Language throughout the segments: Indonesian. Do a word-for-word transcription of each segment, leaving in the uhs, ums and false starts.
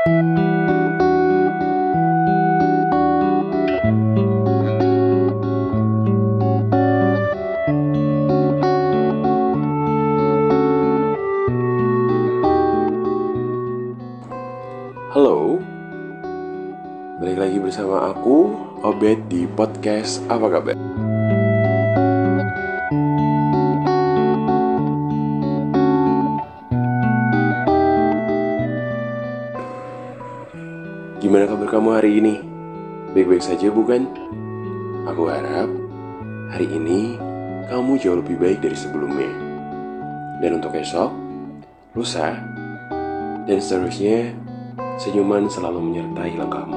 Halo, balik lagi bersama aku, Obed, di podcast Apa Kabar? Gimana kabar kamu hari ini? Baik-baik saja bukan? Aku harap hari ini kamu jauh lebih baik dari sebelumnya. Dan untuk esok, lusa, dan seterusnya, senyuman selalu menyertai langkahmu.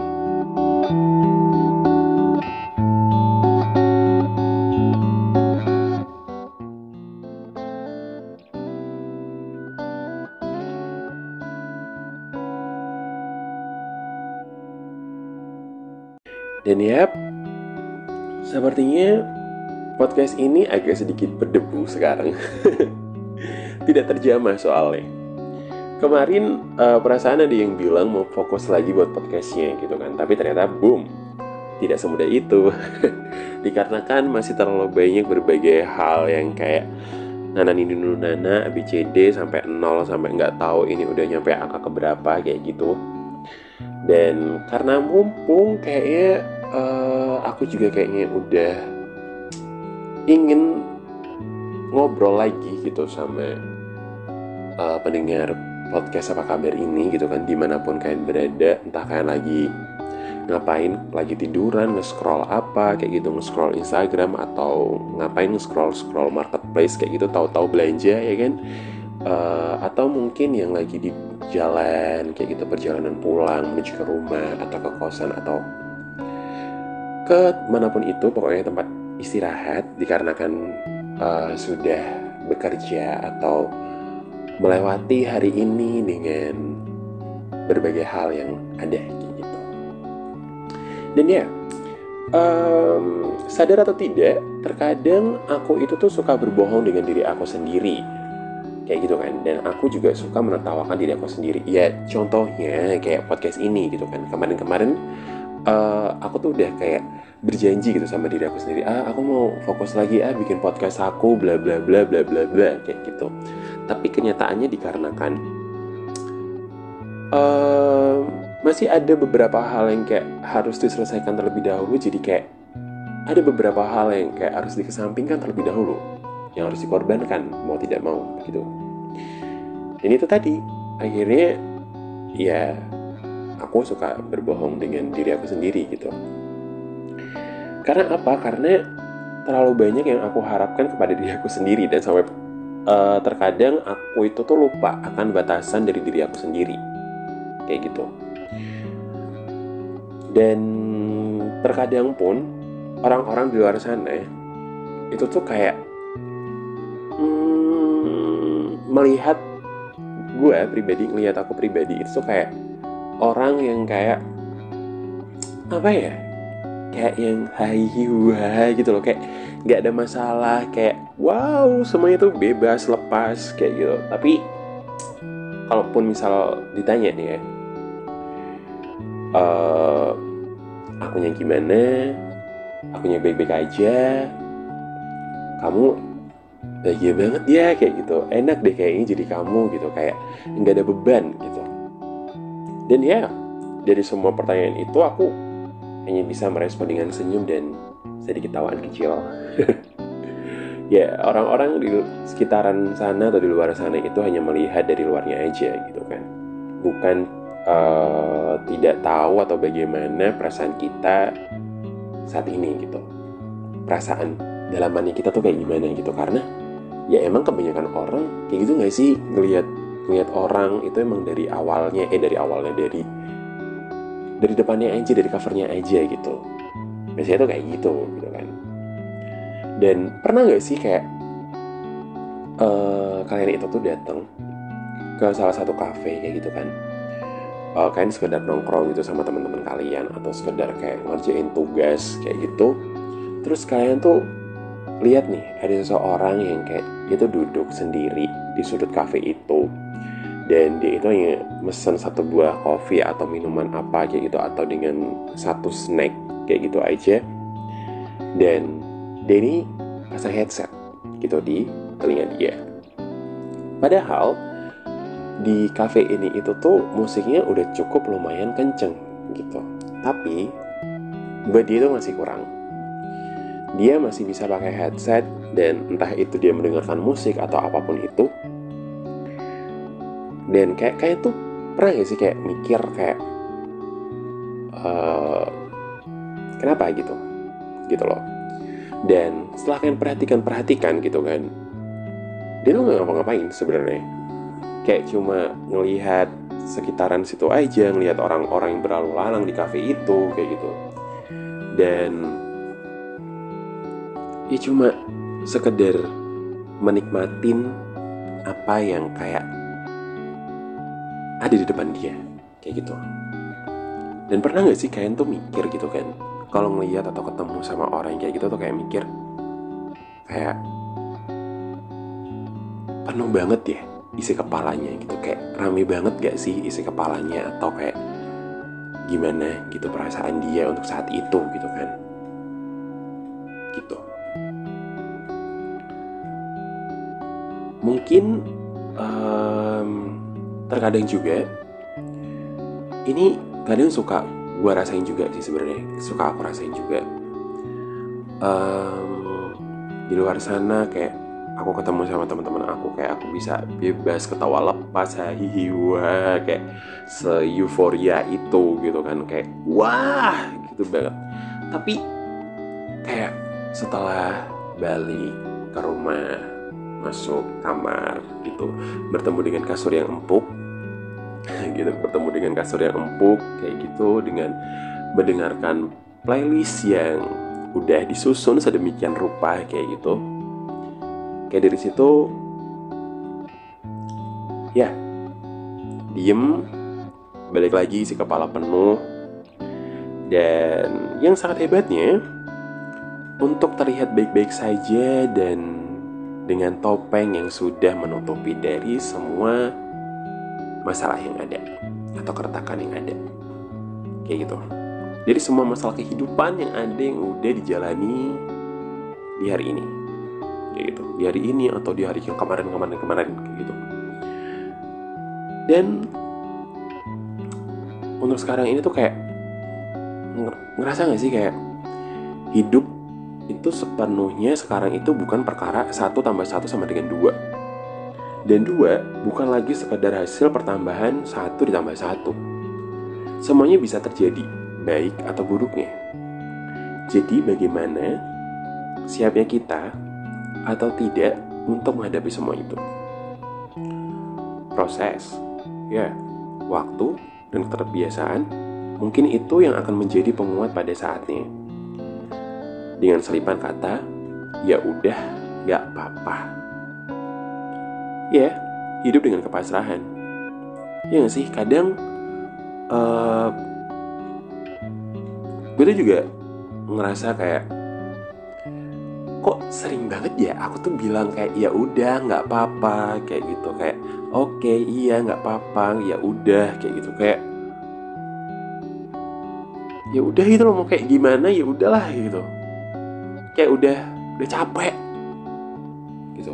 Dan yap, sepertinya podcast ini agak sedikit berdebu sekarang. Tidak terjamah soalnya. Kemarin uh, perasaan ada yang bilang mau fokus lagi buat podcastnya gitu kan. Tapi ternyata boom, tidak semudah itu. Dikarenakan masih terlalu banyak berbagai hal yang kayak Nana ini dulu Nana, A B C D sampai nol, sampai nggak tahu ini udah nyampe angka keberapa kayak gitu. Dan karena mumpung kayaknya uh, aku juga kayaknya udah ingin ngobrol lagi gitu sama uh, pendengar podcast Apa Kabar ini gitu kan, dimanapun kalian berada, entah kalian lagi ngapain, lagi tiduran, nge-scroll apa kayak gitu, nge-scroll Instagram, atau ngapain nge-scroll-scroll marketplace kayak gitu, tahu-tahu belanja ya kan, uh, atau mungkin yang lagi di jalan kayak gitu, perjalanan pulang menuju ke rumah atau ke kosan atau ke manapun itu, pokoknya tempat istirahat dikarenakan uh, sudah bekerja atau melewati hari ini dengan berbagai hal yang ada gitu. Dan ya, um, sadar atau tidak, terkadang aku itu tuh suka berbohong dengan diri aku sendiri, kayak gitu kan. Dan aku juga suka menertawakan diri aku sendiri. Ya contohnya kayak podcast ini gitu kan. Kemarin-kemarin uh, aku tuh udah kayak berjanji gitu sama diri aku sendiri, ah aku mau fokus lagi ah bikin podcast aku bla bla bla bla bla bla kayak gitu. Tapi kenyataannya dikarenakan uh, masih ada beberapa hal yang kayak harus diselesaikan terlebih dahulu. Jadi kayak ada beberapa hal yang kayak harus dikesampingkan terlebih dahulu, yang harus dikorbankan mau tidak mau gitu. Dan itu tadi akhirnya ya aku suka berbohong dengan diri aku sendiri gitu. Karena apa? Karena terlalu banyak yang aku harapkan kepada diri aku sendiri. Dan sampai uh, terkadang aku itu tuh lupa akan batasan dari diri aku sendiri, kayak gitu. Dan terkadang pun orang-orang di luar sana itu tuh kayak hmm, melihat gue pribadi, ngelihat aku pribadi itu tuh kayak orang yang kayak apa ya, kayak yang hai-hai gitu loh, kayak nggak ada masalah, kayak wow semuanya tuh bebas lepas kayak gitu. Tapi kalaupun misal ditanya nih ya, uh, akunya gimana, akunya baik-baik aja, kamu bahagia banget ya kayak gitu, enak deh kayaknya jadi kamu gitu, kayak nggak ada beban gitu. Dan ya dari semua pertanyaan itu aku hanya bisa merespon dengan senyum dan sedikit tawaan kecil. Ya orang-orang di sekitaran sana atau di luar sana itu hanya melihat dari luarnya aja gitu kan, bukan uh, tidak tahu atau bagaimana perasaan kita saat ini gitu, perasaan dalamannya kita tuh kayak gimana gitu. Karena ya emang kebanyakan orang kayak gitu nggak sih, ngelihat ngelihat orang itu emang dari awalnya eh dari awalnya dari dari depannya aja, dari covernya aja gitu. Biasanya tuh kayak gitu gitu kan. Dan pernah gak sih kayak uh, kalian itu tuh datang ke salah satu cafe kayak gitu kan, uh, kalian sekedar nongkrong gitu sama teman-teman kalian, atau sekedar kayak ngerjain tugas kayak gitu. Terus kalian tuh lihat nih ada seseorang yang kayak itu duduk sendiri di sudut cafe itu, dan dia itu hanya mesen satu buah kopi atau minuman apa kayak gitu, atau dengan satu snack kayak gitu aja. Dan dia ini pasang headset gitu di telinga dia. Padahal di cafe ini itu tuh musiknya udah cukup lumayan kenceng gitu. Tapi buat dia itu masih kurang. Dia masih bisa pakai headset, dan entah itu dia mendengarkan musik atau apapun itu. Dan kayak kayak tuh pernah gak sih kayak mikir kayak uh, kenapa gitu gitu loh. Dan setelah kalian perhatikan-perhatikan gitu kan, dia tuh gak ngapa-ngapain sebenarnya. Kayak cuma ngelihat sekitaran situ aja, ngelihat orang-orang yang berlalu lalang di kafe itu kayak gitu. Dan ya cuma sekedar menikmatin apa yang kayak ada di depan dia kayak gitu. Dan pernah gak sih kalian tuh mikir gitu kan, kalau ngelihat atau ketemu sama orang kayak gitu tuh kayak mikir kayak penuh banget ya isi kepalanya gitu, kayak rame banget gak sih isi kepalanya, atau kayak gimana gitu perasaan dia untuk saat itu gitu kan gitu. Mungkin um, terkadang juga ini kadang suka gue rasain juga sih sebenarnya, suka aku rasain juga um, di luar sana. Kayak aku ketemu sama teman-teman aku, kayak aku bisa bebas ketawa lepas, hihiwa, kayak se-euforia itu gitu kan, kayak wah gitu banget. Tapi kayak setelah balik ke rumah, masuk kamar gitu, bertemu dengan kasur yang empuk gitu, bertemu dengan kasur yang empuk kayak gitu, dengan mendengarkan playlist yang udah disusun sedemikian rupa kayak gitu. Kayak dari situ ya diem, balik lagi si kepala penuh. Dan yang sangat hebatnya, untuk terlihat baik-baik saja dan dengan topeng yang sudah menutupi dari semua masalah yang ada atau keretakan yang ada kayak gitu, dari semua masalah kehidupan yang ada yang udah dijalani di hari ini kayak gitu, di hari ini atau di hari yang kemarin-kemarin kemarin kayak gitu. Dan untuk sekarang ini tuh kayak ngerasa gak sih kayak hidup itu sepenuhnya sekarang itu bukan perkara satu tambah satu sama dengan dua, dan dua bukan lagi sekedar hasil pertambahan satu ditambah satu. Semuanya bisa terjadi, baik atau buruknya. Jadi bagaimana siapnya kita atau tidak untuk menghadapi semua itu. Proses, ya, waktu dan keterbiasaan mungkin itu yang akan menjadi penguat pada saatnya. Dengan selipan kata, ya udah, gak apa-apa. Ya, hidup dengan kepasrahan. Ya gak sih, kadang uh, gue tuh juga ngerasa kayak kok sering banget ya aku tuh bilang kayak ya udah nggak apa-apa kayak gitu, kayak oke okay, iya nggak apa-apa ya udah kayak gitu, kayak ya udah gitu loh, mau kayak gimana ya udahlah gitu, kayak udah udah capek gitu.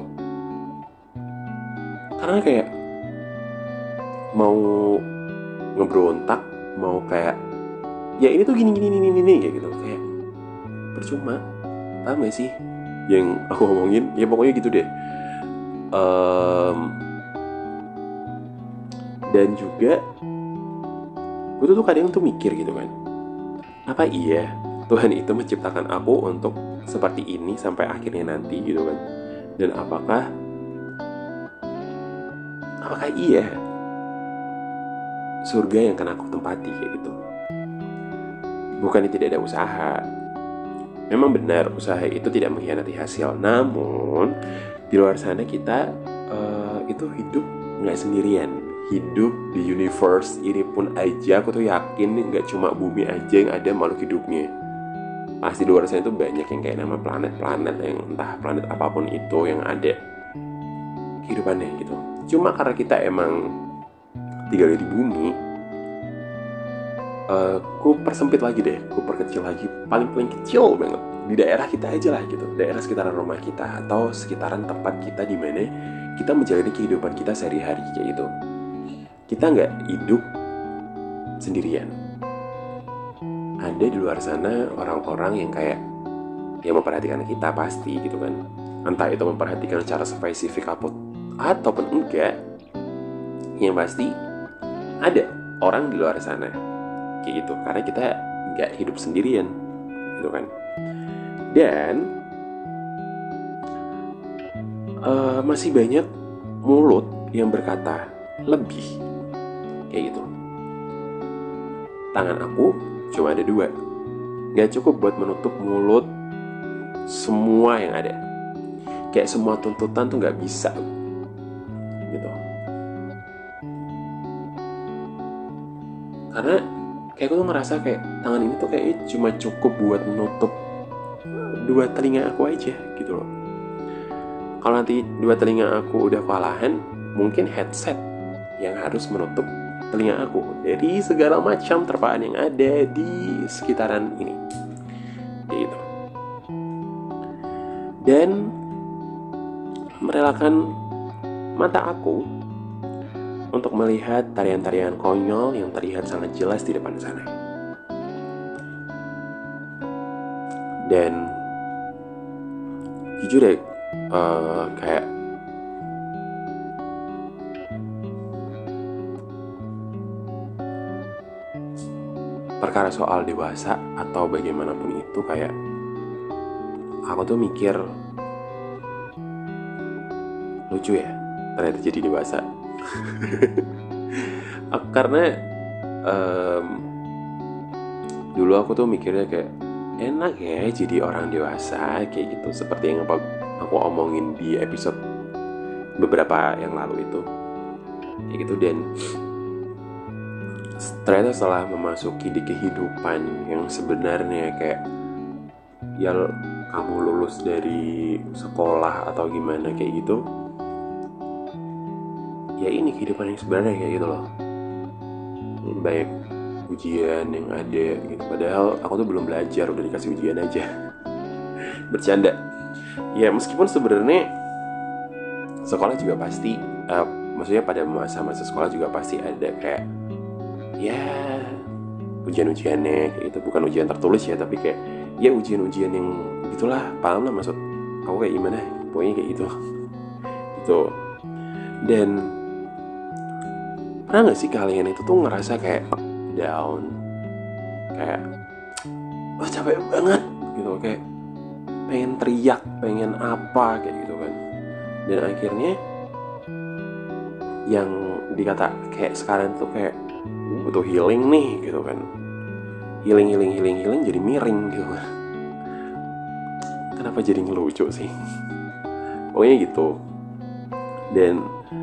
Karena kayak mau ngebrontak, mau kayak ya ini tuh gini gini gini gini kayak gitu, kayak percuma. Paham gak sih yang aku ngomongin? Ya pokoknya gitu deh. um, Dan juga gue tuh, tuh kadang tuh mikir gitu kan, apa iya Tuhan itu menciptakan aku untuk seperti ini sampai akhirnya nanti gitu kan. Dan apakah Apakah iya surga yang akan aku tempati kayak gitu? Bukannya tidak ada usaha. Memang benar usaha itu tidak mengkhianati hasil. Namun di luar sana kita uh, itu hidup gak sendirian. Hidup di universe ini pun aja aku tuh yakin gak cuma bumi aja yang ada makhluk hidupnya. Pasti di luar sana itu banyak yang kayak nama planet-planet, yang entah planet apapun itu yang ada kehidupannya gitu. Cuma karena kita emang tinggal di bumi, uh, ku persempit lagi deh, ku perkecil lagi, paling-paling kecil banget di daerah kita aja lah gitu, daerah sekitaran rumah kita atau sekitaran tempat kita di mana kita menjalani kehidupan kita sehari-hari kayak gitu. Kita nggak hidup sendirian. Ada di luar sana orang-orang yang kayak yang memperhatikan kita pasti gitu kan. Entah itu memperhatikan secara spesifik apa ataupun enggak, yang pasti ada orang di luar sana kayak gitu. Karena kita nggak hidup sendirian gitu kan. Dan uh, masih banyak mulut yang berkata lebih kayak gitu. Tangan aku cuma ada dua, gak cukup buat menutup mulut semua yang ada. Kayak semua tuntutan tuh gak bisa gitu. Karena kayak aku tuh ngerasa kayak tangan ini tuh kayak cuma cukup buat menutup dua telinga aku aja gitu loh. Kalau nanti dua telinga aku udah kewalahan, mungkin headset yang harus menutup telinga aku dari segala macam terpaan yang ada di sekitaran ini gitu. Dan merelakan mata aku untuk melihat tarian-tarian konyol yang terlihat sangat jelas di depan sana. Dan jujur ya, uh, kayak perkara soal dewasa atau bagaimanapun itu, kayak aku tuh mikir lucu ya ternyata jadi dewasa. Karena um, dulu aku tuh mikirnya kayak enak ya jadi orang dewasa kayak gitu, seperti yang aku omongin di episode beberapa yang lalu itu kayak gitu. Dan ternyata setelah memasuki di kehidupan yang sebenarnya kayak ya kamu lulus dari sekolah atau gimana kayak gitu, ya ini kehidupan yang sebenarnya kayak gitu loh. Banyak ujian yang ada gitu, padahal aku tuh belum belajar udah dikasih ujian aja. Bercanda ya, meskipun sebenarnya sekolah juga pasti uh, maksudnya pada masa-masa sekolah juga pasti ada kayak ya ujian-ujiannya kayak gitu. Bukan ujian tertulis ya, tapi kayak ya ujian-ujian yang gitulah, paham lah maksud aku kayak gimana, pokoknya kayak gitu gitu. Dan pernah gak sih kalian itu tuh ngerasa kayak down, kayak wah capek banget gitu, kayak pengen teriak, pengen apa kayak gitu kan. Dan akhirnya yang dikata kayak sekarang tuh kayak butuh healing nih gitu kan, healing healing healing healing jadi miring gitu kan. Kenapa jadi ngelucu sih? Pokoknya gitu. Dan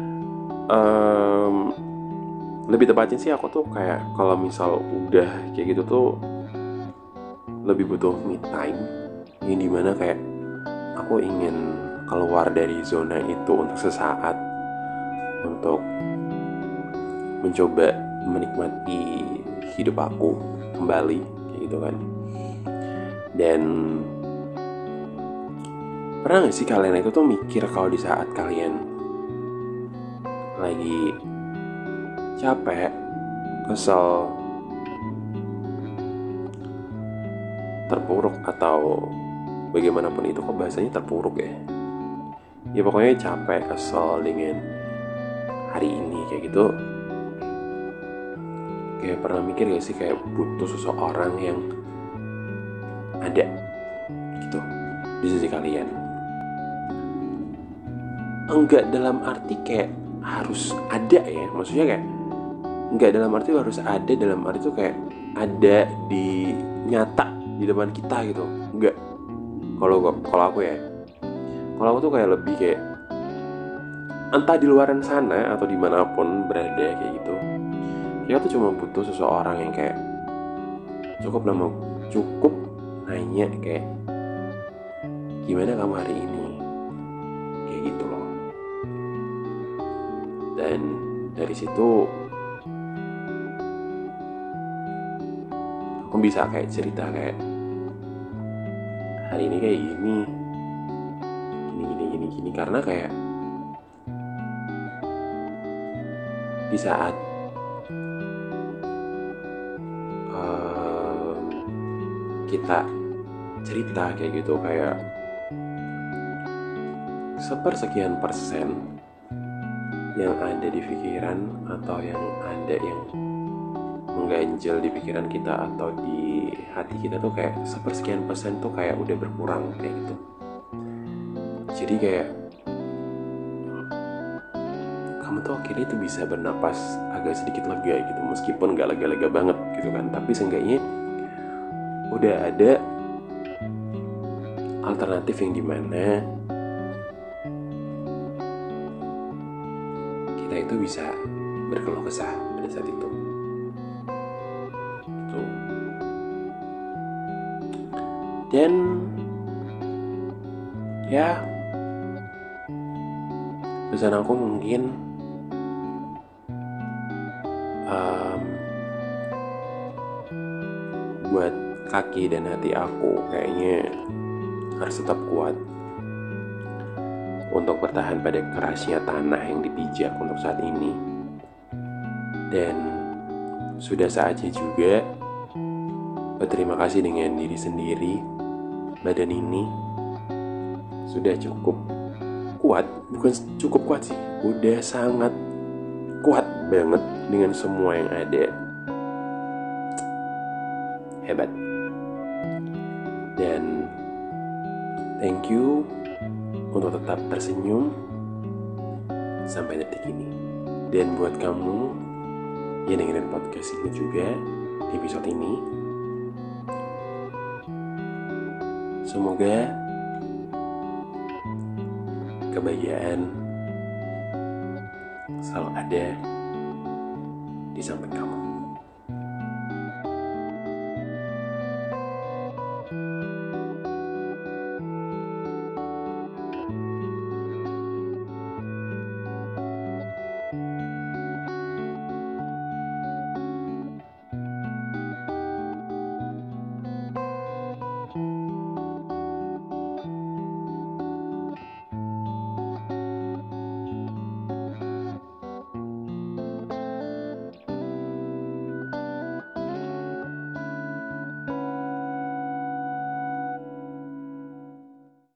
um, lebih tepatnya sih aku tuh kayak kalau misal udah kayak gitu tuh lebih butuh me time, yang dimana kayak aku ingin keluar dari zona itu untuk sesaat, untuk mencoba menikmati hidup aku kembali kayak gitu kan. Dan pernah gak sih kalian itu tuh mikir kalau di saat kalian lagi capek, kesel, terpuruk atau bagaimanapun itu, kok bahasanya terpuruk ya, ya pokoknya capek, kesel dengan hari ini kayak gitu, kayak pernah mikir gak sih kayak butuh seseorang yang ada gitu di sisi kalian. Enggak dalam arti kayak harus ada ya, maksudnya kayak enggak dalam arti harus ada, dalam arti tuh kayak ada di nyata di depan kita gitu, enggak. Kalau kalau aku ya, kalau aku tuh kayak lebih kayak entah di luaran sana atau dimanapun berada kayak gitu, kita tuh cuma butuh seseorang yang kayak cukup nama cukup nanya kayak gimana kamu hari ini kayak gitu loh. Dan dari situ Kamu bisa kayak cerita kayak, hari ini kayak gini, gini gini gini gini, karena kayak di saat um, kita cerita kayak gitu, kayak sepersekian persen yang ada di pikiran atau yang ada yang mengganjal di pikiran kita atau di hati kita tuh kayak sepersekian persen tuh kayak udah berkurang kayak gitu. Jadi kayak kamu tuh akhirnya tuh bisa bernapas agak sedikit lega gitu, meskipun gak lega-lega banget gitu kan, tapi seenggaknya udah ada alternatif yang dimana kita itu bisa berkeluh kesah pada saat itu. Gitu. Dan ya, pesan aku mungkin um, buat kaki dan hati aku kayaknya harus tetap kuat untuk bertahan pada kerasnya tanah yang dipijak untuk saat ini. Dan sudah saatnya juga berterima kasih dengan diri sendiri. Badan ini sudah cukup kuat, bukan cukup kuat sih, udah sangat kuat banget dengan semua yang ada. Hebat. Dan thank you untuk tetap tersenyum sampai detik ini. Dan buat kamu yang dengerin podcast ini juga di episode ini, semoga kebahagiaan selalu ada di samping kamu.